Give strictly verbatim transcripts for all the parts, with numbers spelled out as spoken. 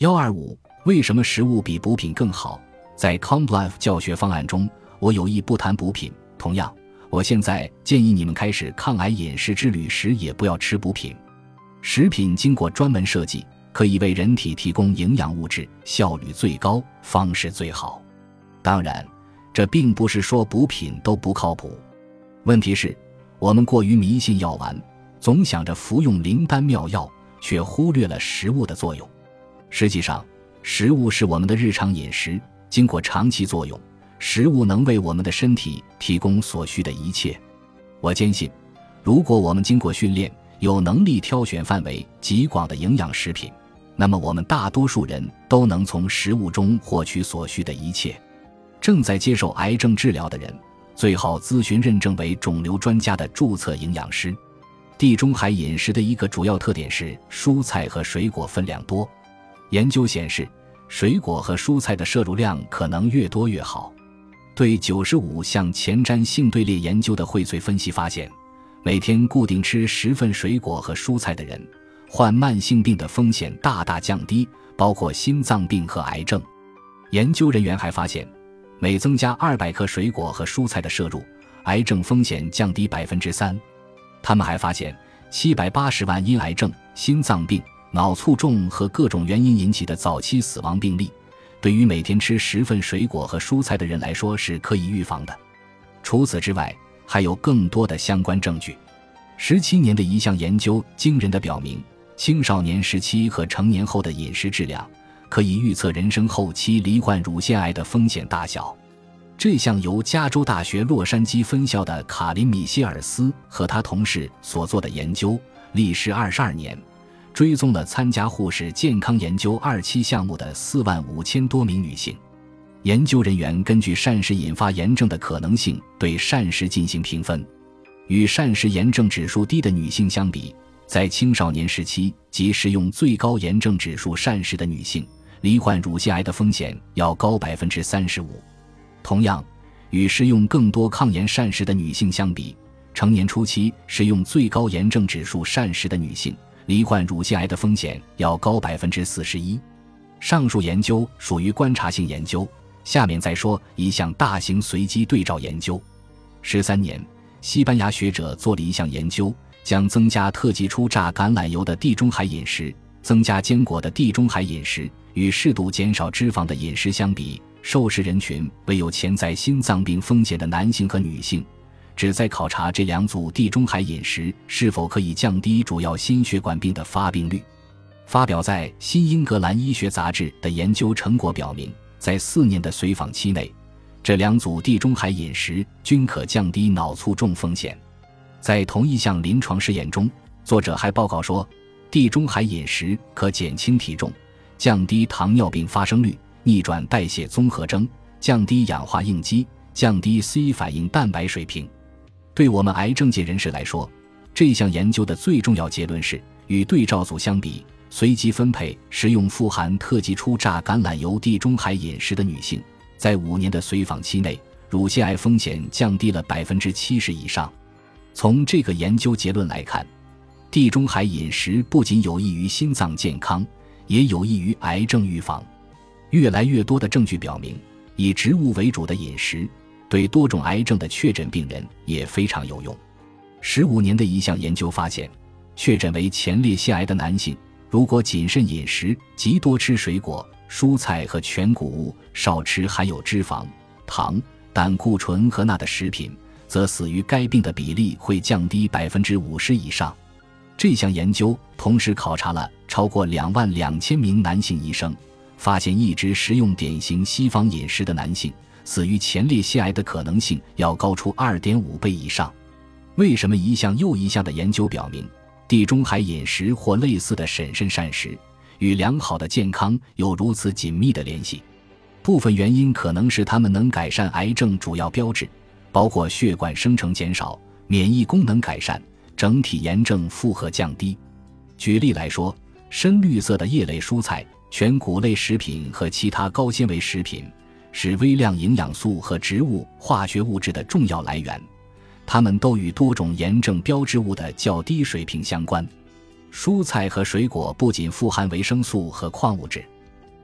一二五为什么食物比补品更好？在 CompLife 教学方案中，我有意不谈补品，同样我现在建议你们开始抗癌饮食之旅时也不要吃补品。食品经过专门设计，可以为人体提供营养物质，效率最高，方式最好。当然，这并不是说补品都不靠谱。问题是，我们过于迷信药丸，总想着服用灵丹妙药，却忽略了食物的作用。实际上，食物是我们的日常饮食，经过长期作用，食物能为我们的身体提供所需的一切。我坚信，如果我们经过训练，有能力挑选范围极广的营养食品，那么我们大多数人都能从食物中获取所需的一切。正在接受癌症治疗的人，最好咨询认证为肿瘤专家的注册营养师。地中海饮食的一个主要特点是蔬菜和水果分量多。研究显示，水果和蔬菜的摄入量可能越多越好。对九十五项前瞻性队列研究的荟萃分析发现，每天固定吃十份水果和蔬菜的人，患慢性病的风险大大降低，包括心脏病和癌症。研究人员还发现，每增加二百克水果和蔬菜的摄入，癌症风险降低 百分之三。 他们还发现七百八十万因癌症、心脏病、脑卒中和各种原因引起的早期死亡病例，对于每天吃十份水果和蔬菜的人来说是可以预防的。除此之外，还有更多的相关证据。十七年的一项研究惊人地表明，青少年时期和成年后的饮食质量可以预测人生后期罹患乳腺癌的风险大小。这项由加州大学洛杉矶分校的卡林·米歇尔斯和他同事所做的研究，历时二十二年，追踪了参加护士健康研究二期项目的四万五千多名女性。研究人员根据膳食引发炎症的可能性对膳食进行评分，与膳食炎症指数低的女性相比，在青少年时期及食用最高炎症指数膳食的女性，罹患乳腺癌的风险要高 百分之三十五。 同样，与食用更多抗炎膳食的女性相比，成年初期食用最高炎症指数膳食的女性，罹患乳腺癌的风险要高 百分之四十一。 上述研究属于观察性研究，下面再说一项大型随机对照研究。十三年，西班牙学者做了一项研究，将增加特级初榨橄榄油的地中海饮食、增加坚果的地中海饮食与适度减少脂肪的饮食相比，受试人群为有潜在心脏病风险的男性和女性，旨在考察这两组地中海饮食是否可以降低主要心血管病的发病率。发表在《新英格兰医学杂志》的研究成果表明，在四年的随访期内，这两组地中海饮食均可降低脑卒中风险。在同一项临床试验中，作者还报告说，地中海饮食可减轻体重，降低糖尿病发生率，逆转代谢综合征，降低氧化应激，降低 C 反应蛋白水平。对我们癌症界人士来说，这项研究的最重要结论是，与对照组相比，随机分配食用富含特级初榨橄榄油地中海饮食的女性，在五年的随访期内，乳腺癌风险降低了 百分之七十 以上。从这个研究结论来看，地中海饮食不仅有益于心脏健康，也有益于癌症预防。越来越多的证据表明，以植物为主的饮食对多种癌症的确诊病人也非常有用。十五年的一项研究发现，确诊为前列腺癌的男性，如果谨慎饮食，即多吃水果、蔬菜和全谷物，少吃含有脂肪、糖、胆固醇和钠的食品，则死于该病的比例会降低 百分之五十 以上。这项研究同时考察了超过两万两千名男性医生，发现一直食用典型西方饮食的男性，死于前列腺癌的可能性要高出 二点五倍以上。为什么一项又一项的研究表明，地中海饮食或类似的审慎膳食与良好的健康有如此紧密的联系？部分原因可能是它们能改善癌症主要标志，包括血管生成减少、免疫功能改善、整体炎症负荷降低。举例来说，深绿色的叶类蔬菜、全谷类食品和其他高纤维食品是微量营养素和植物化学物质的重要来源，它们都与多种炎症标志物的较低水平相关。蔬菜和水果不仅富含维生素和矿物质，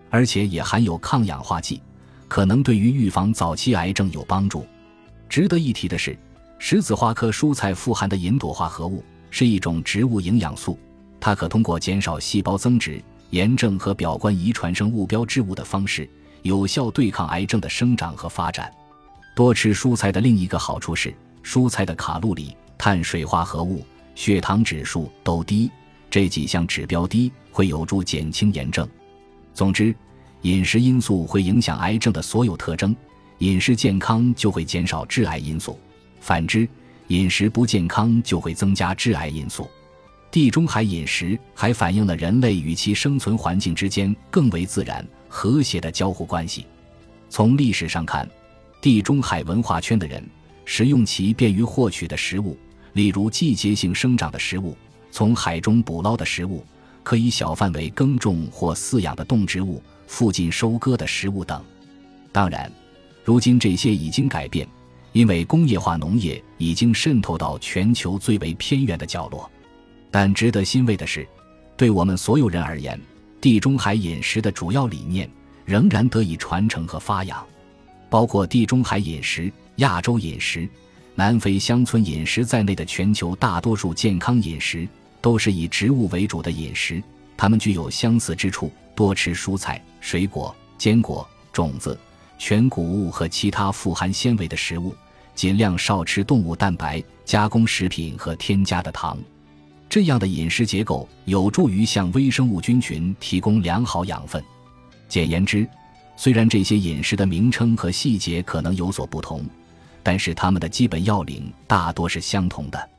而且也含有抗氧化剂，可能对于预防早期癌症有帮助。值得一提的是，十字花科蔬菜富含的银朵化合物是一种植物营养素，它可通过减少细胞增殖、炎症和表观遗传生物标志物的方式，有效对抗癌症的生长和发展。多吃蔬菜的另一个好处是，蔬菜的卡路里、碳水化合物、血糖指数都低，这几项指标低会有助减轻炎症。总之，饮食因素会影响癌症的所有特征，饮食健康就会减少致癌因素，反之，饮食不健康就会增加致癌因素。地中海饮食还反映了人类与其生存环境之间更为自然、和谐的交互关系。从历史上看，地中海文化圈的人食用其便于获取的食物，例如季节性生长的食物，从海中捕捞的食物，可以小范围耕种或饲养的动植物，附近收割的食物等。当然，如今这些已经改变，因为工业化农业已经渗透到全球最为偏远的角落。但值得欣慰的是，对我们所有人而言，地中海饮食的主要理念仍然得以传承和发扬。包括地中海饮食、亚洲饮食、南非乡村饮食在内的全球大多数健康饮食都是以植物为主的饮食，它们具有相似之处，多吃蔬菜、水果、坚果、种子、全谷物和其他富含纤维的食物，尽量少吃动物蛋白、加工食品和添加的糖。这样的饮食结构有助于向微生物菌群提供良好养分。简言之，虽然这些饮食的名称和细节可能有所不同，但是它们的基本要领大多是相同的。